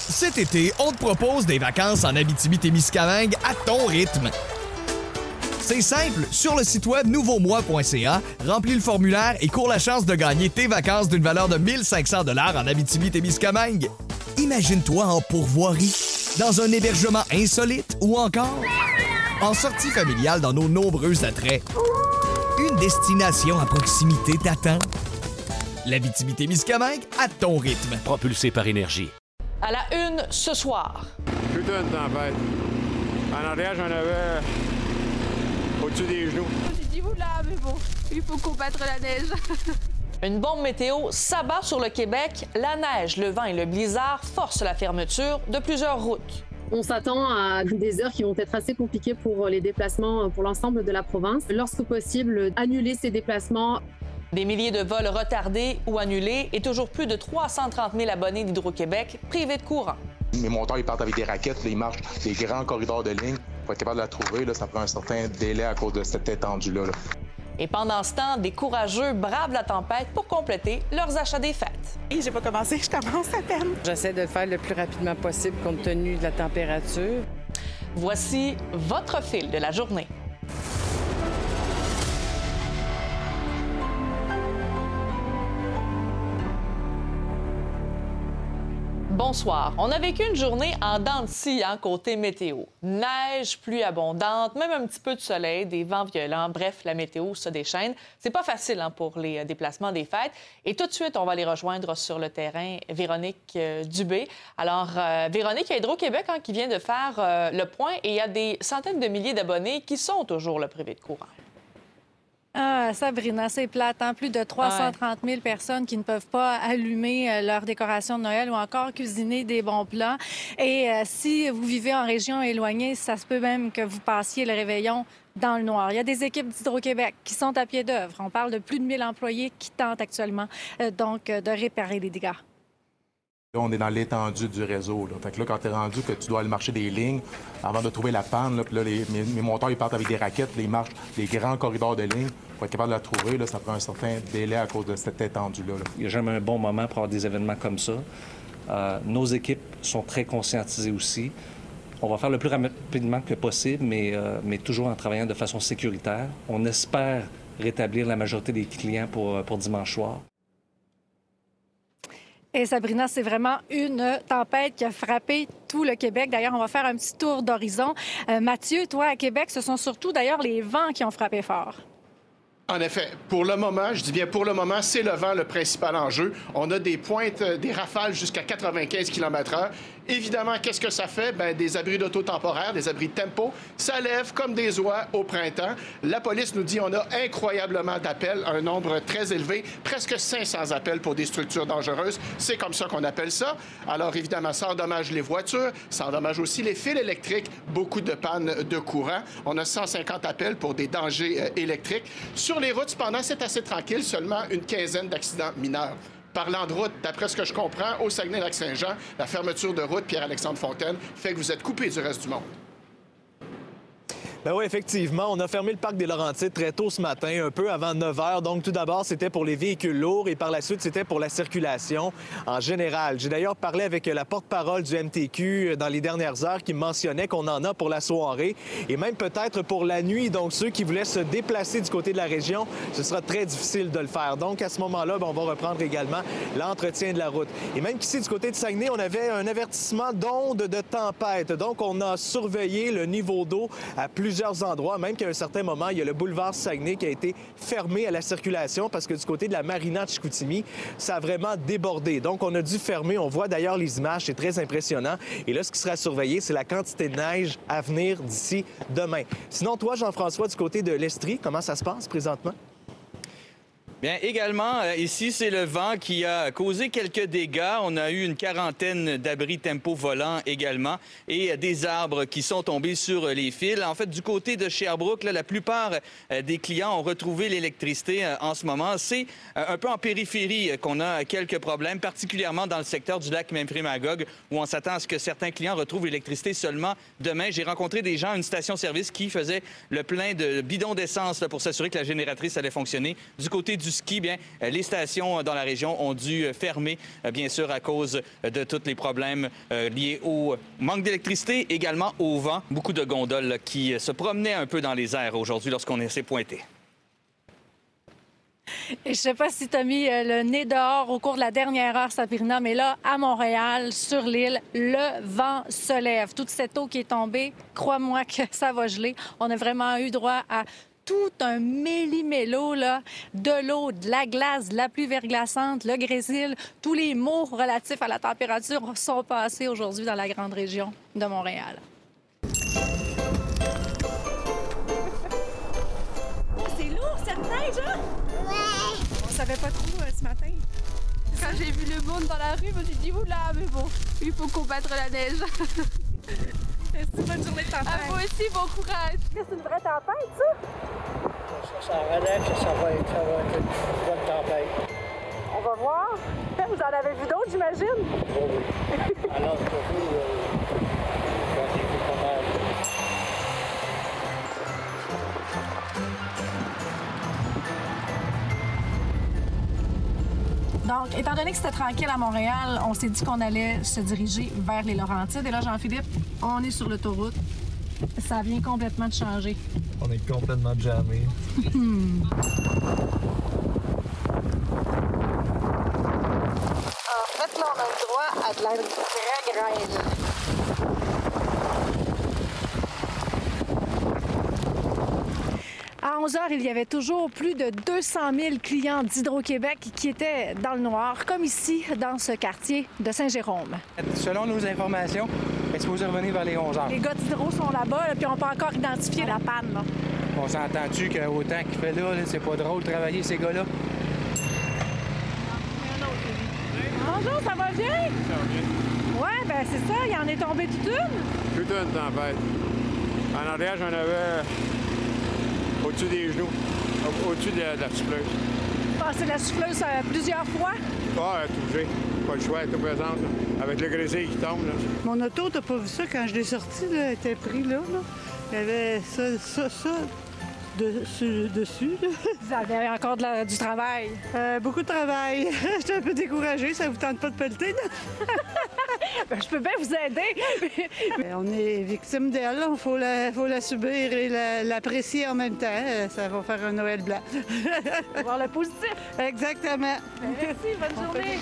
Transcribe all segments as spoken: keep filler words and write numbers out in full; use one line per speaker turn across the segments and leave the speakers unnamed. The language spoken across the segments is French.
Cet été, on te propose des vacances en Abitibi-Témiscamingue à ton rythme. C'est simple, sur le site web nouveau moi point c a, remplis le formulaire et cours la chance de gagner tes vacances d'une valeur de mille cinq cents dollars en Abitibi-Témiscamingue. Imagine-toi en pourvoirie, dans un hébergement insolite ou encore en sortie familiale dans nos nombreux attraits. Une destination à proximité t'attend. L'Abitibi-Témiscamingue à ton rythme.
Propulsé par Énergie.
À la une ce soir.
Putain de tempête. En arrière, j'en avais au-dessus des genoux.
J'ai dit, oula, mais bon, il faut combattre la neige.
Une bombe météo s'abat sur le Québec. La neige, le vent et le blizzard forcent la fermeture de plusieurs routes.
On s'attend à des heures qui vont être assez compliquées pour les déplacements pour l'ensemble de la province. Lorsque possible, annuler ces déplacements.
Des milliers de vols retardés ou annulés et toujours plus de trois cent trente mille abonnés d'Hydro-Québec privés de courant.
Mes monteurs, ils partent avec des raquettes, là, ils marchent des grands corridors de ligne. Pour être capable de la trouver, là, ça prend un certain délai à cause de cette étendue-là. Là.
Et pendant ce temps, des courageux bravent la tempête pour compléter leurs achats des fêtes.
Et j'ai pas commencé, je commence à peine.
J'essaie de le faire le plus rapidement possible compte tenu de la température.
Voici votre fil de la journée. Bonsoir. On a vécu une journée en dents de scie, hein, côté météo. Neige, pluie abondante, même un petit peu de soleil, des vents violents. Bref, la météo se déchaîne. C'est pas facile hein, pour les déplacements des fêtes. Et tout de suite, on va les rejoindre sur le terrain, Véronique euh, Dubé. Alors, euh, Véronique, il y a Hydro-Québec hein, qui vient de faire euh, le point et il y a des centaines de milliers d'abonnés qui sont toujours le privé de courant.
Ah, Sabrina, c'est plate. Hein? Plus de trois cent trente mille personnes qui ne peuvent pas allumer euh, leur décoration de Noël ou encore cuisiner des bons plats. Et euh, si vous vivez en région éloignée, ça se peut même que vous passiez le réveillon dans le noir. Il y a des équipes d'Hydro-Québec qui sont à pied d'œuvre. On parle de plus de mille employés qui tentent actuellement euh, donc euh, de réparer les dégâts.
Là, on est dans l'étendue du réseau. Là. Fait que là, quand tu es rendu que tu dois aller marcher des lignes avant de trouver la panne, là, puis là, les, mes, mes monteurs, ils partent avec des raquettes, là, ils marchent des grands corridors de lignes. Pour être capable de la trouver, là, ça prend un certain délai à cause de cette étendue-là. Là.
Il n'y a jamais un bon moment pour avoir des événements comme ça. Euh, nos équipes sont très conscientisées aussi. On va faire le plus rapidement que possible, mais, euh, mais toujours en travaillant de façon sécuritaire. On espère rétablir la majorité des clients pour, pour dimanche soir.
Et Sabrina, c'est vraiment une tempête qui a frappé tout le Québec. D'ailleurs, on va faire un petit tour d'horizon. Euh, Mathieu, toi, à Québec, ce sont surtout d'ailleurs les vents qui ont frappé fort.
En effet, pour le moment, je dis bien pour le moment, c'est le vent le principal enjeu. On a des pointes, des rafales jusqu'à quatre-vingt-quinze kilomètres heure. Évidemment, qu'est-ce que ça fait? Bien, des abris d'auto temporaires, des abris de tempo, ça lève comme des oies au printemps. La police nous dit qu'on a incroyablement d'appels, un nombre très élevé, presque cinq cents appels pour des structures dangereuses. C'est comme ça qu'on appelle ça. Alors, évidemment, ça endommage les voitures, ça endommage aussi les fils électriques, beaucoup de pannes de courant. On a cent cinquante appels pour des dangers euh, électriques. Sur les routes, cependant, c'est assez tranquille, seulement une quinzaine d'accidents mineurs. Parlant de route, d'après ce que je comprends, au Saguenay-Lac-Saint-Jean, la fermeture de route Pierre-Alexandre Fontaine fait que vous êtes coupé du reste du monde.
Ben oui, effectivement. On a fermé le parc des Laurentides très tôt ce matin, un peu avant neuf heures. Donc, tout d'abord, c'était pour les véhicules lourds et par la suite, c'était pour la circulation en général. J'ai d'ailleurs parlé avec la porte-parole du M T Q dans les dernières heures qui mentionnait qu'on en a pour la soirée et même peut-être pour la nuit. Donc, ceux qui voulaient se déplacer du côté de la région, ce sera très difficile de le faire. Donc, à ce moment-là, ben, on va reprendre également l'entretien de la route. Et même qu'ici, du côté de Saguenay, on avait un avertissement d'onde de tempête. Donc, on a surveillé le niveau d'eau à plusieurs endroits, même qu'à un certain moment, il y a le boulevard Saguenay qui a été fermé à la circulation parce que du côté de la marina de Chicoutimi, ça a vraiment débordé. Donc, on a dû fermer. On voit d'ailleurs les images, c'est très impressionnant. Et là, ce qui sera surveillé, c'est la quantité de neige à venir d'ici demain. Sinon, toi, Jean-François, du côté de l'Estrie, comment ça se passe présentement?
Bien, également, euh, ici, c'est le vent qui a causé quelques dégâts. On a eu une quarantaine d'abris tempo volants également et euh, des arbres qui sont tombés sur euh, les fils. En fait, du côté de Sherbrooke, là, la plupart euh, des clients ont retrouvé l'électricité euh, en ce moment. C'est euh, un peu en périphérie euh, qu'on a quelques problèmes, particulièrement dans le secteur du lac Memphremagog, où on s'attend à ce que certains clients retrouvent l'électricité seulement demain. J'ai rencontré des gens à une station-service qui faisaient le plein de bidons d'essence là, pour s'assurer que la génératrice allait fonctionner. Du côté du du ski, bien, les stations dans la région ont dû fermer, bien sûr, à cause de tous les problèmes liés au manque d'électricité, également au vent. Beaucoup de gondoles qui se promenaient un peu dans les airs aujourd'hui lorsqu'on s'est pointé.
Et je ne sais pas si tu as mis le nez dehors au cours de la dernière heure, Sabrina, mais là, à Montréal, sur l'île, le vent se lève. Toute cette eau qui est tombée, crois-moi que ça va geler. On a vraiment eu droit à tout un méli-mélo, là, de l'eau, de la glace, de la pluie verglaçante, le grésil. Tous les mots relatifs à la température sont passés aujourd'hui dans la grande région de Montréal.
C'est lourd, cette neige, hein? Ouais! On savait pas trop euh, ce matin. Quand j'ai vu le monde dans la rue, je me suis dit, oula, mais bon, il faut combattre la neige. Merci, bonne journée de tempête. À vous aussi, bon courage. C'est une vraie tempête, ça?
Ça, ça relaxe, ça va être, ça va être une bonne tempête.
On va voir. Vous en avez vu d'autres, j'imagine?
Oh oui. Alors, surtout, euh, j'en ai vu pas mal.
Donc, étant donné que c'était tranquille à Montréal, on s'est dit qu'on allait se diriger vers les Laurentides. Et là, Jean-Philippe, on est sur l'autoroute. Ça vient complètement de changer.
On est complètement jammé.
Hmm.
En fait, là, on a le droit à de l'air très grêle.
À onze heures, il y avait toujours plus de deux cent mille clients d'Hydro-Québec qui étaient dans le noir, comme ici, dans ce quartier de Saint-Jérôme.
Selon nos informations, elle est supposée revenir vers les onze heures.
Les gars d'Hydro sont là-bas, là, puis on peut encore identifier la panne. Là.
On s'entend-tu qu'autant qu'il fait là, là c'est pas drôle de travailler ces gars-là?
Bonjour, ça va bien?
Ça va bien.
Ouais, ben c'est ça, il en est tombé toute une.
Toute une tempête. En arrière, j'en avais au-dessus des genoux, au-dessus de, de la souffleuse.
Passé la souffleuse euh, plusieurs fois?
Ah, elle a touché. Pas le choix, elle était présente, là, avec le grésil qui tombe. Là.
Mon auto, t'as pas vu ça quand je l'ai sorti, là, elle était pris là, là. Il y avait ça, ça, ça dessus. dessus là.
Vous avez encore de la, du travail?
Euh, beaucoup de travail. J'étais un peu découragée, ça vous tente pas de pelleter, là?
Ben, je peux bien vous aider.
On est victime d'elle, il faut la, faut la subir et la, l'apprécier en même temps. Ça va faire un Noël blanc.
Voir le positif.
Exactement.
Ben, merci, bonne journée.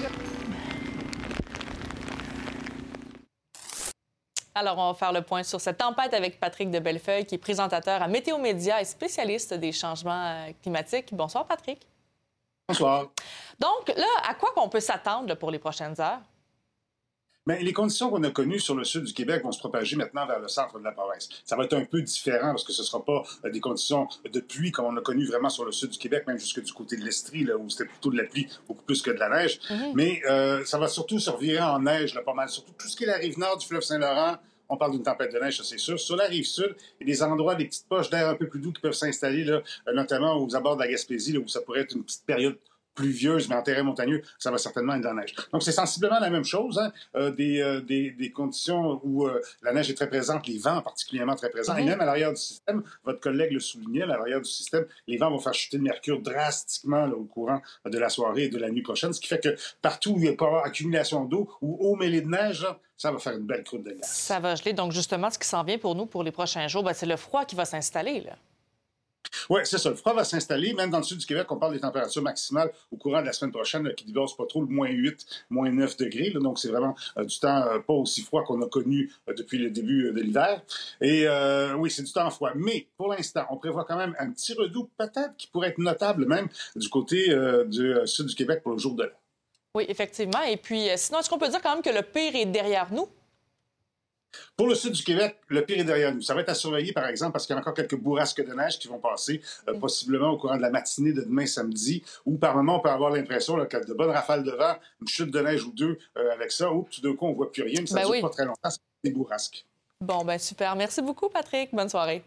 Alors, on va faire le point sur cette tempête avec Patrick de Bellefeuille, qui est présentateur à Météo Média et spécialiste des changements climatiques. Bonsoir, Patrick.
Bonsoir.
Donc, là, à quoi qu'on peut s'attendre là, pour les prochaines heures?
Bien, les conditions qu'on a connues sur le sud du Québec vont se propager maintenant vers le centre de la province. Ça va être un peu différent parce que ce ne sera pas des conditions de pluie comme on a connu vraiment sur le sud du Québec, même jusque du côté de l'Estrie, là, où c'était plutôt de la pluie beaucoup plus que de la neige. Mm-hmm. Mais euh, ça va surtout se revirer en neige, là, pas mal. Surtout tout ce qui est la rive nord du fleuve Saint-Laurent. On parle d'une tempête de neige, ça c'est sûr. Sur la rive sud, il y a des endroits, des petites poches d'air un peu plus doux qui peuvent s'installer, là, notamment aux abords de la Gaspésie, là, où ça pourrait être une petite période pluvieuse, mais en terrain montagneux, ça va certainement être de la neige. Donc, c'est sensiblement la même chose, hein? euh, des, euh, des, des conditions où euh, la neige est très présente, les vents particulièrement très présents, mmh. et même à l'arrière du système, votre collègue le soulignait, à l'arrière du système, les vents vont faire chuter le mercure drastiquement là, au courant de la soirée et de la nuit prochaine, ce qui fait que partout où il y a pas accumulation d'eau ou eau mêlée de neige, là, ça va faire une belle croûte de glace.
Ça va geler. Donc, justement, ce qui s'en vient pour nous pour les prochains jours, bien, c'est le froid qui va s'installer, là.
Oui, c'est ça. Le froid va s'installer. Même dans le sud du Québec, on parle des températures maximales au courant de la semaine prochaine là, qui ne dépassent pas trop le moins huit, moins neuf degrés. Là, donc, c'est vraiment euh, du temps euh, pas aussi froid qu'on a connu euh, depuis le début euh, de l'hiver. Et euh, oui, c'est du temps froid. Mais pour l'instant, on prévoit quand même un petit redout peut-être qui pourrait être notable même du côté euh, du euh, sud du Québec pour le jour de l'an.
Oui, effectivement. Et puis, euh, sinon, est-ce qu'on peut dire quand même que le pire est derrière nous?
Pour le sud du Québec, le pire est derrière nous. Ça va être à surveiller, par exemple, parce qu'il y a encore quelques bourrasques de neige qui vont passer, euh, possiblement au courant de la matinée de demain samedi, où par moment, on peut avoir l'impression là, qu'il y a de bonnes rafales de vent, une chute de neige ou deux euh, avec ça, ou tout d'un coup, on ne voit plus rien, mais ça ne ben dure oui. pas très longtemps, c'est des bourrasques.
Bon, ben super. Merci beaucoup, Patrick. Bonne soirée.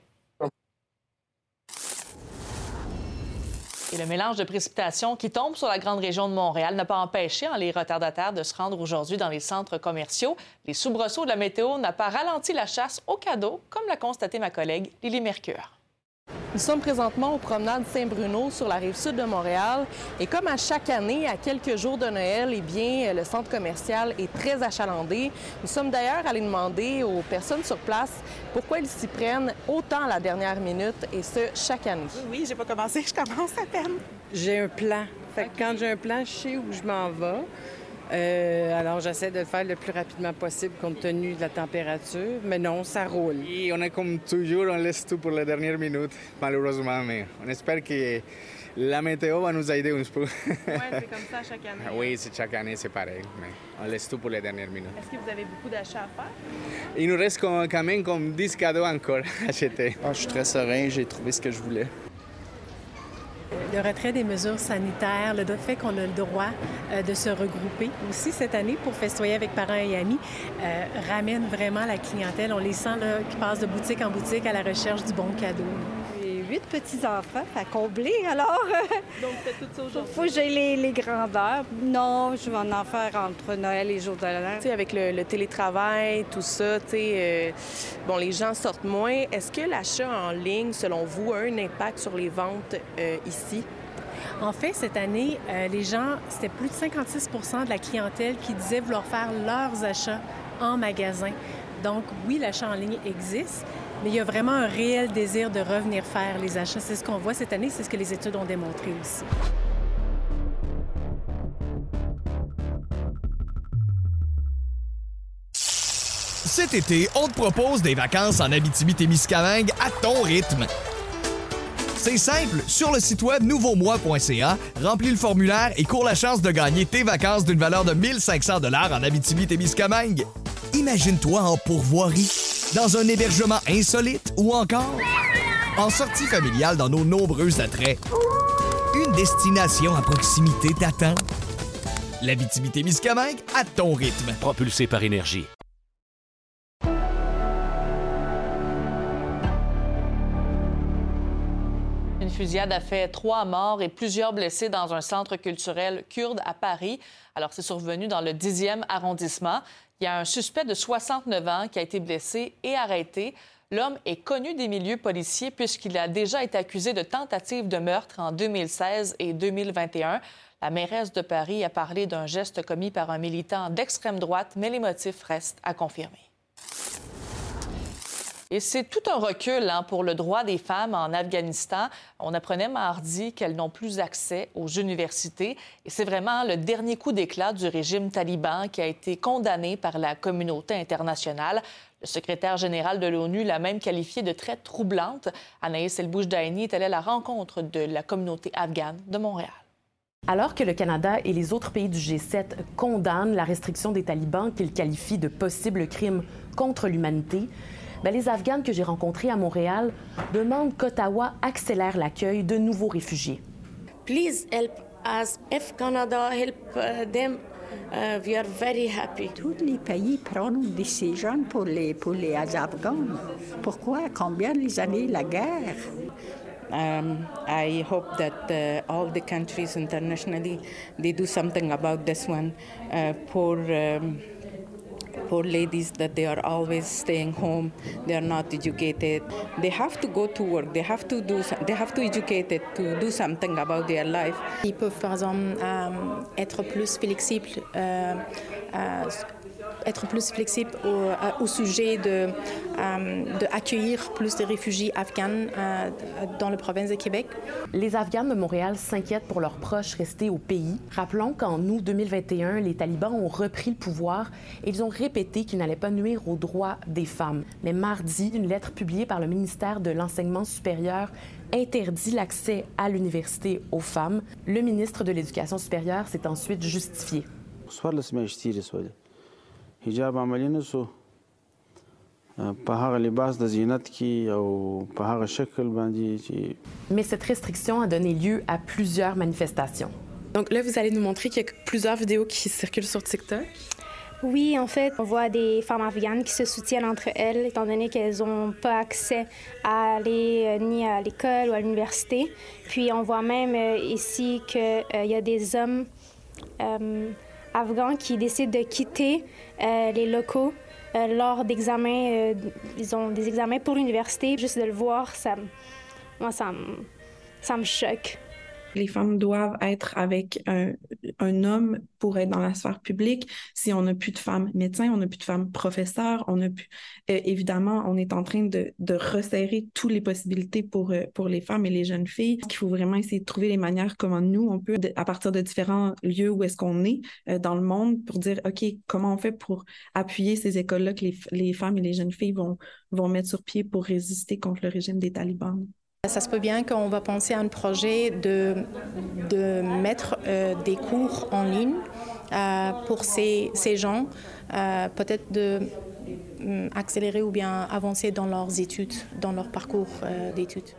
Et le mélange de précipitations qui tombe sur la grande région de Montréal n'a pas empêché hein, les retardataires de se rendre aujourd'hui dans les centres commerciaux. Les soubresauts de la météo n'ont pas ralenti la chasse aux cadeaux, comme l'a constaté ma collègue Lily Mercure.
Nous sommes présentement aux promenades Saint-Bruno sur la rive sud de Montréal. Et comme à chaque année, à quelques jours de Noël, eh bien, le centre commercial est très achalandé. Nous sommes d'ailleurs allés demander aux personnes sur place pourquoi ils s'y prennent autant à la dernière minute, et ce, chaque année.
Oui, j'ai pas commencé, je commence à peine.
J'ai un plan. Fait que quand j'ai un plan, je sais où je m'en vais. Euh, alors, j'essaie de le faire le plus rapidement possible compte tenu de la température, mais non, ça roule.
Et on est comme toujours, on laisse tout pour la dernière minute, malheureusement, mais on espère que la météo va nous aider un peu.
Oui, c'est comme ça chaque année.
Oui, c'est chaque année, c'est pareil, mais on laisse tout pour les dernières minutes.
Est-ce que vous avez beaucoup d'achats à faire?
Il nous reste quand même comme dix cadeaux encore à acheter.
Ah, je suis très serein, j'ai trouvé ce que je voulais.
Le retrait des mesures sanitaires, le fait qu'on a le droit euh, de se regrouper aussi cette année pour festoyer avec parents et amis, euh, ramène vraiment la clientèle. On les sent là, qui passent de boutique en boutique à la recherche du bon cadeau.
J'ai huit petits-enfants à combler, alors...
Donc, c'est tout ça aujourd'hui?
Faut que j'aie les, les grandeurs. Non, je vais en faire entre Noël et Jour de l'An.
Tu sais, avec le, le télétravail, tout ça, tu sais, euh, bon, les gens sortent moins. Est-ce que l'achat en ligne, selon vous, a un impact sur les ventes euh, ici?
En fait, cette année, euh, les gens, c'était plus de cinquante-six pour cent de la clientèle qui disait vouloir faire leurs achats en magasin. Donc, oui, l'achat en ligne existe, mais il y a vraiment un réel désir de revenir faire les achats. C'est ce qu'on voit cette année, c'est ce que les études ont démontré aussi.
Cet été, on te propose des vacances en Abitibi-Témiscamingue à ton rythme. C'est simple, sur le site web nouveau moi point c a, remplis le formulaire et cours la chance de gagner tes vacances d'une valeur de mille cinq cents dollars en Abitibi-Témiscamingue. Imagine-toi en pourvoirie, dans un hébergement insolite ou encore en sortie familiale dans nos nombreux attraits. Une destination à proximité t'attend. L'Abitibi-Témiscamingue à ton rythme.
Propulsé par Énergie.
Une fusillade a fait trois morts et plusieurs blessés dans un centre culturel kurde à Paris. Alors, c'est survenu dans le dixième arrondissement. Il y a un suspect de soixante-neuf ans qui a été blessé et arrêté. L'homme est connu des milieux policiers puisqu'il a déjà été accusé de tentative de meurtre en deux mille seize et deux mille vingt et un. La mairesse de Paris a parlé d'un geste commis par un militant d'extrême droite, mais les motifs restent à confirmer. Et c'est tout un recul hein, pour le droit des femmes en Afghanistan. On apprenait mardi qu'elles n'ont plus accès aux universités. Et c'est vraiment le dernier coup d'éclat du régime taliban qui a été condamné par la communauté internationale. Le secrétaire général de l'ONU l'a même qualifié de très troublante. Anaïs El-Boujdaïni est allée à la rencontre de la communauté afghane de Montréal.
Alors que le Canada et les autres pays du G sept condamnent la restriction des talibans qu'ils qualifient de possible crime contre l'humanité, bien, les Afghanes que j'ai rencontrées à Montréal demandent qu'Ottawa accélère l'accueil de nouveaux réfugiés.
Please help us. If Canada help uh, them, uh, we are very happy.
Tous les pays prennent une décision pour les, pour les Afghans. Pourquoi? Combien les années la guerre?
Um, I hope that uh, all the countries internationally, they do something about this one uh, for um, for ladies that they are always staying home, they are not educated. They have to go to work. They have to do. They have to educate it to do something about their life.
Ils peuvent par exemple euh, être plus flexibles. Euh, euh, être plus flexible au, au sujet de, euh, de accueillir plus de réfugiés afghans euh, dans la province de Québec.
Les Afghanes de Montréal s'inquiètent pour leurs proches restés au pays. Rappelons qu'en août deux mille vingt et un, les talibans ont repris le pouvoir et ils ont répété qu'ils n'allaient pas nuire aux droits des femmes. Mais mardi, une lettre publiée par le ministère de l'Enseignement supérieur interdit l'accès à l'université aux femmes. Le ministre de l'Éducation supérieure s'est ensuite justifié.
حجاب عملی نسو په هغه لباس د زینت کې او په هغه شکل باندې چې
Mais cette restriction a donné lieu à plusieurs manifestations.
Donc là, vous allez nous montrer qu'il y a plusieurs vidéos qui circulent sur TikTok.
Oui, en fait, on voit des femmes afghanes qui se soutiennent entre elles, étant donné qu'elles n'ont pas accès à aller euh, ni à l'école ou à l'université. Puis on voit même euh, ici qu'il euh, y a des hommes euh, afghans qui décident de quitter euh, les locaux euh, lors d'examens, euh, ils ont des examens pour l'université. Juste de le voir, ça, moi, ça me, ça me choque.
Les femmes doivent être avec un, un homme pour être dans la sphère publique. Si on n'a plus de femmes médecins, on n'a plus de femmes professeurs, on n'a plus... Euh, évidemment, on est en train de, de resserrer toutes les possibilités pour, euh, pour les femmes et les jeunes filles. Il faut vraiment essayer de trouver les manières comment nous, on peut, de, à partir de différents lieux où est-ce qu'on est euh, dans le monde, pour dire, OK, comment on fait pour appuyer ces écoles-là que les, les femmes et les jeunes filles vont, vont mettre sur pied pour résister contre le régime des talibans. Ça se peut bien qu'on va penser à un projet de, de mettre euh, des cours en ligne euh, pour ces, ces gens, euh, peut-être de euh, accélérer ou bien avancer dans leurs études, dans leur parcours euh, d'études.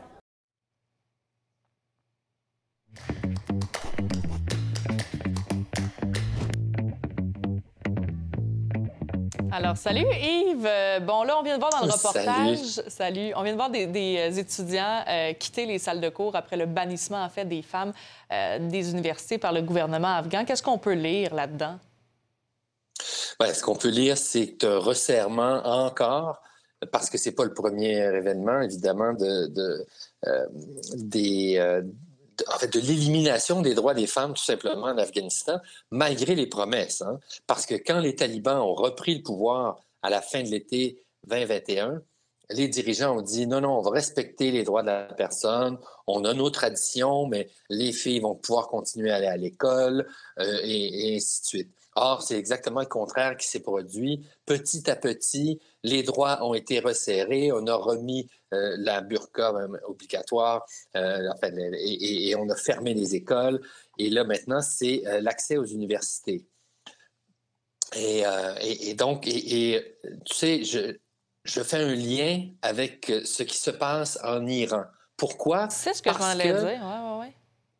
Alors, salut Yves. Bon, là, on vient de voir dans le reportage...
Salut.
Salut. On vient de voir des, des étudiants euh, quitter les salles de cours après le bannissement, en fait, des femmes euh, des universités par le gouvernement afghan. Qu'est-ce qu'on peut lire là-dedans?
Ouais, ce qu'on peut lire, c'est un resserrement encore, parce que c'est pas le premier événement, évidemment, de, de, euh, des... Euh, en fait, de l'élimination des droits des femmes, tout simplement, en Afghanistan, malgré les promesses. Hein? Parce que quand les talibans ont repris le pouvoir à la fin de l'été vingt vingt et un, les dirigeants ont dit non, non, on va respecter les droits de la personne, on a nos traditions, mais les filles vont pouvoir continuer à aller à l'école, euh, et, et ainsi de suite. Or, c'est exactement le contraire qui s'est produit. Petit à petit, les droits ont été resserrés, on a remis euh, la burqa même obligatoire, euh, enfin, et, et, et on a fermé les écoles. Et là, maintenant, c'est euh, l'accès aux universités. Et, euh, et, et donc, et, et, tu sais, je, je fais un lien avec ce qui se passe en Iran. Pourquoi?
C'est ce que
Parce
je m'en allais
que...
dire, oui, oui, oui.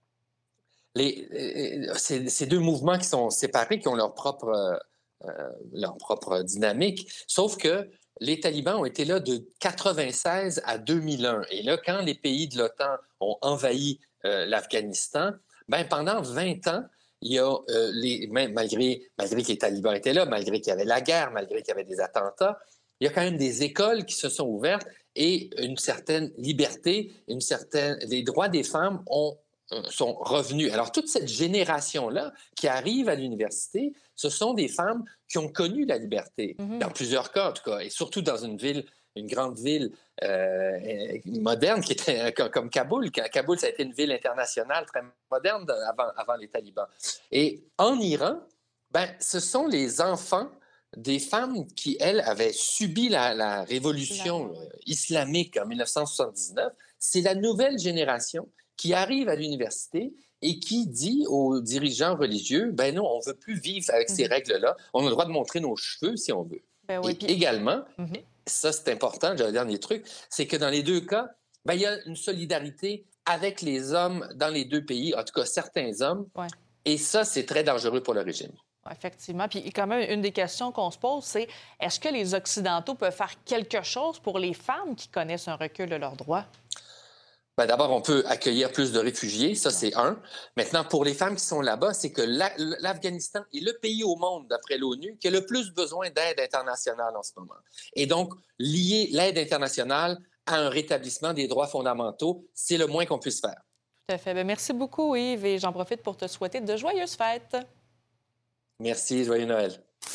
Les, ces, ces deux mouvements qui sont séparés, qui ont leur propre, euh, leur propre dynamique, sauf que les talibans ont été là de quatre-vingt-seize à deux mille un. Et là, quand les pays de l'OTAN ont envahi euh, l'Afghanistan, ben, pendant vingt ans, il y a, euh, les, même, malgré, malgré que les talibans étaient là, malgré qu'il y avait la guerre, malgré qu'il y avait des attentats, il y a quand même des écoles qui se sont ouvertes et une certaine liberté, une certaine, les droits des femmes ont sont revenus. Alors, toute cette génération-là qui arrive à l'université, ce sont des femmes qui ont connu la liberté, mm-hmm. dans plusieurs cas, en tout cas, et surtout dans une ville, une grande ville euh, moderne qui était comme Kaboul. Kaboul, ça a été une ville internationale très moderne avant, avant les talibans. Et en Iran, ben, ce sont les enfants des femmes qui, elles, avaient subi la, la révolution là, oui. islamique en dix-neuf cent soixante-dix-neuf. C'est la nouvelle génération qui arrive à l'université et qui dit aux dirigeants religieux, ben non, on ne veut plus vivre avec ces mm-hmm. règles-là. On a le droit de montrer nos cheveux si on veut. Ben oui, et puis... également, mm-hmm. ça c'est important, j'ai un dernier truc, c'est que dans les deux cas, ben, il y a une solidarité avec les hommes dans les deux pays, en tout cas certains hommes, ouais. et ça c'est très dangereux pour le régime.
Effectivement. Puis quand même, une des questions qu'on se pose, c'est est-ce que les Occidentaux peuvent faire quelque chose pour les femmes qui connaissent un recul de leurs droits?
Ben d'abord, on peut accueillir plus de réfugiés, ça c'est un. Maintenant, pour les femmes qui sont là-bas, c'est que la, l'Afghanistan est le pays au monde, d'après l'ONU, qui a le plus besoin d'aide internationale en ce moment. Et donc, lier l'aide internationale à un rétablissement des droits fondamentaux, c'est le moins qu'on puisse faire.
Tout à fait. Bien, merci beaucoup, Yves, et j'en profite pour te souhaiter de joyeuses fêtes.
Merci, joyeux Noël.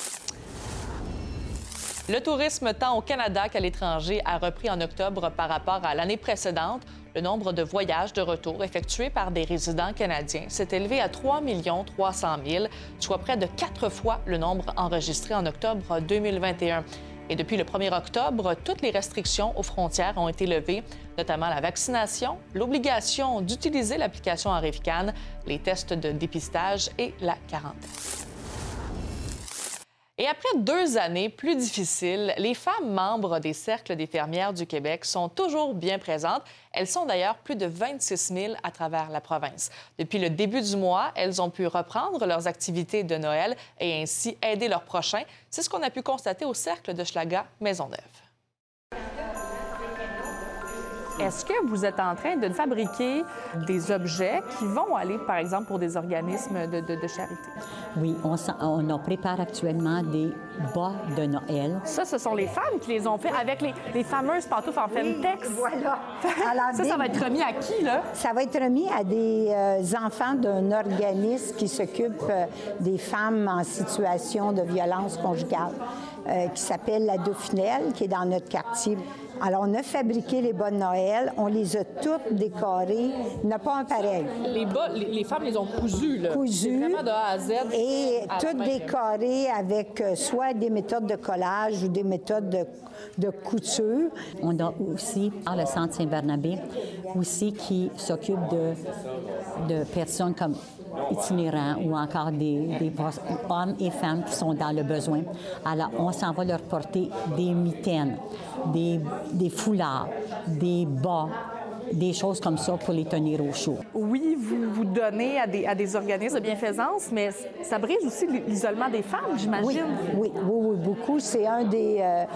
Le tourisme tant au Canada qu'à l'étranger a repris en octobre par rapport à l'année précédente. Le nombre de voyages de retour effectués par des résidents canadiens s'est élevé à trois millions trois cent mille, soit près de quatre fois le nombre enregistré en octobre deux mille vingt et un. Et depuis le premier octobre, toutes les restrictions aux frontières ont été levées, notamment la vaccination, l'obligation d'utiliser l'application Arrivcan, les tests de dépistage et la quarantaine. Et après deux années plus difficiles, les femmes membres des Cercles des fermières du Québec sont toujours bien présentes. Elles sont d'ailleurs plus de vingt-six mille à travers la province. Depuis le début du mois, elles ont pu reprendre leurs activités de Noël et ainsi aider leurs prochains. C'est ce qu'on a pu constater au Cercle de Schlaga Maisonneuve. Est-ce que vous êtes en train de fabriquer des objets qui vont aller, par exemple, pour des organismes de, de, de charité?
Oui, on, on en prépare actuellement des bas de Noël.
Ça, ce sont les femmes qui les ont fait avec les, les fameuses pantoufles en femtex.
Oui, voilà. Alors,
ça,
des...
ça va être remis à qui, là?
Ça va être remis à des euh, enfants d'un organisme qui s'occupe euh, des femmes en situation de violence conjugale, euh, qui s'appelle la Dauphinelle, qui est dans notre quartier. Alors, on a fabriqué les bas de Noël, on les a toutes décorées. Il n'y en a pas un pareil.
Les bas, les, les femmes les ont cousus, là.
Cousus.
Vraiment de A à Z.
Et toutes décorées avec euh, soit des méthodes de collage ou des méthodes de, de couture.
On a aussi, dans le Centre Saint-Barnabé, aussi qui s'occupe de, de personnes comme itinérants ou encore des, des hommes et femmes qui sont dans le besoin. Alors, on s'en va leur porter des mitaines, des, des foulards, des bas, des choses comme ça pour les tenir au chaud.
Oui, vous vous donnez à des, à des organismes de bienfaisance, mais ça brise aussi l'isolement des femmes, j'imagine.
Oui, oui, oui, oui, beaucoup. C'est un des... Euh,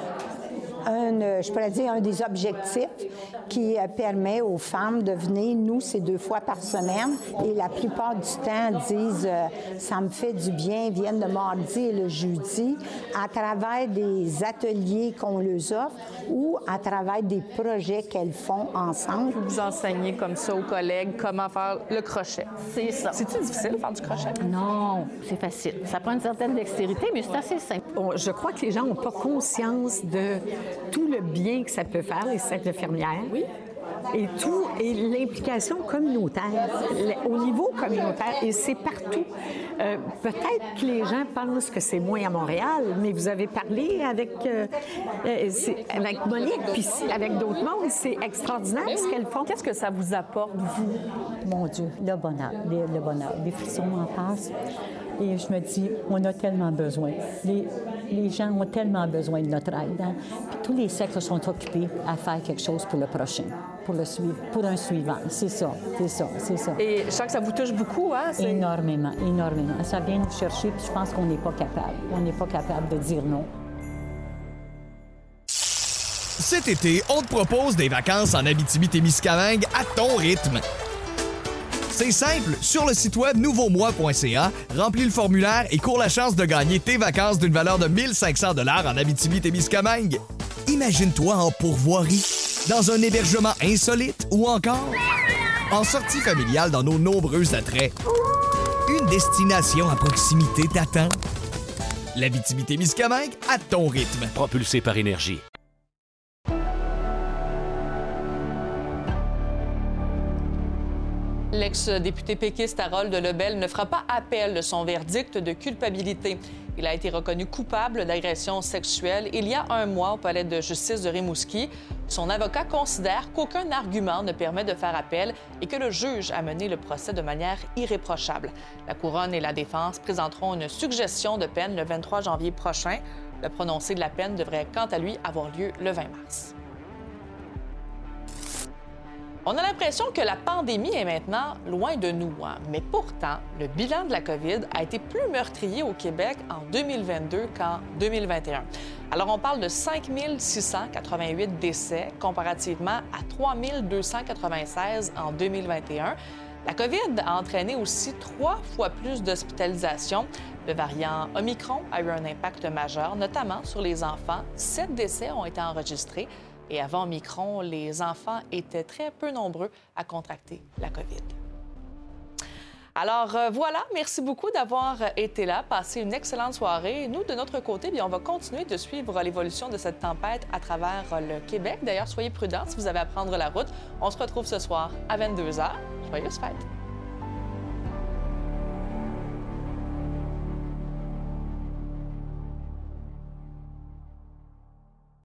Un, je pourrais dire, un des objectifs qui permet aux femmes de venir. Nous, c'est deux fois par semaine. Et la plupart du temps, disent euh, ça me fait du bien, viennent le mardi et le jeudi, à travers des ateliers qu'on leur offre ou à travers des projets qu'elles font ensemble.
Vous enseignez comme ça aux collègues comment faire le crochet.
C'est ça.
C'est-tu difficile de faire du crochet?
Non, c'est facile. Ça prend une certaine dextérité, mais c'est assez simple.
On, je crois que les gens n'ont pas conscience de tout le bien que ça peut faire, les cercles fermières.
Oui.
Et tout, et l'implication communautaire, au niveau communautaire, et c'est partout. Euh, peut-être que les gens pensent que c'est moins à Montréal, mais vous avez parlé avec, euh, euh, avec Monique, puis avec d'autres mondes, c'est extraordinaire ce qu'elles font.
Qu'est-ce que ça vous apporte, vous?
Mon Dieu, le bonheur, le, le bonheur. Les frissons en passent. Et je me dis, on a tellement besoin. Les, les gens ont tellement besoin de notre aide. Hein? Puis tous les sexes sont occupés à faire quelque chose pour le prochain, pour le suivre, pour un suivant. C'est ça, c'est ça, c'est ça.
Et je sens que ça vous touche beaucoup, hein? C'est...
Énormément, énormément. Ça vient nous chercher, puis je pense qu'on n'est pas capable. On n'est pas capable de dire non.
Cet été, on te propose des vacances en Abitibi-Témiscamingue à ton rythme. C'est simple, sur le site web nouveau moi point c a, remplis le formulaire et cours la chance de gagner tes vacances d'une valeur de mille cinq cents dollars en Abitibi-Témiscamingue. Imagine-toi en pourvoirie, dans un hébergement insolite ou encore en sortie familiale dans nos nombreux attraits. Une destination à proximité t'attend. L'Abitibi-Témiscamingue à ton rythme.
Propulsé par Énergie.
L'ex-député péquiste Harold Lebel ne fera pas appel de son verdict de culpabilité. Il a été reconnu coupable d'agression sexuelle il y a un mois au palais de justice de Rimouski. Son avocat considère qu'aucun argument ne permet de faire appel et que le juge a mené le procès de manière irréprochable. La couronne et la défense présenteront une suggestion de peine le vingt-trois janvier prochain. Le prononcé de la peine devrait, quant à lui, avoir lieu le vingt mars. On a l'impression que la pandémie est maintenant loin de nous, hein? Mais pourtant, le bilan de la COVID a été plus meurtrier au Québec en deux mille vingt-deux qu'en deux mille vingt et un. Alors, on parle de cinq mille six cent quatre-vingt-huit décès comparativement à trois mille deux cent quatre-vingt-seize en deux mille vingt et un. La COVID a entraîné aussi trois fois plus d'hospitalisations. Le variant Omicron a eu un impact majeur, notamment sur les enfants. Sept décès ont été enregistrés. Et avant Omicron, les enfants étaient très peu nombreux à contracter la COVID. Alors euh, voilà, merci beaucoup d'avoir été là. Passez une excellente soirée. Nous, de notre côté, bien, on va continuer de suivre l'évolution de cette tempête à travers le Québec. D'ailleurs, soyez prudents si vous avez à prendre la route. On se retrouve ce soir à vingt-deux heures. Joyeuses fêtes!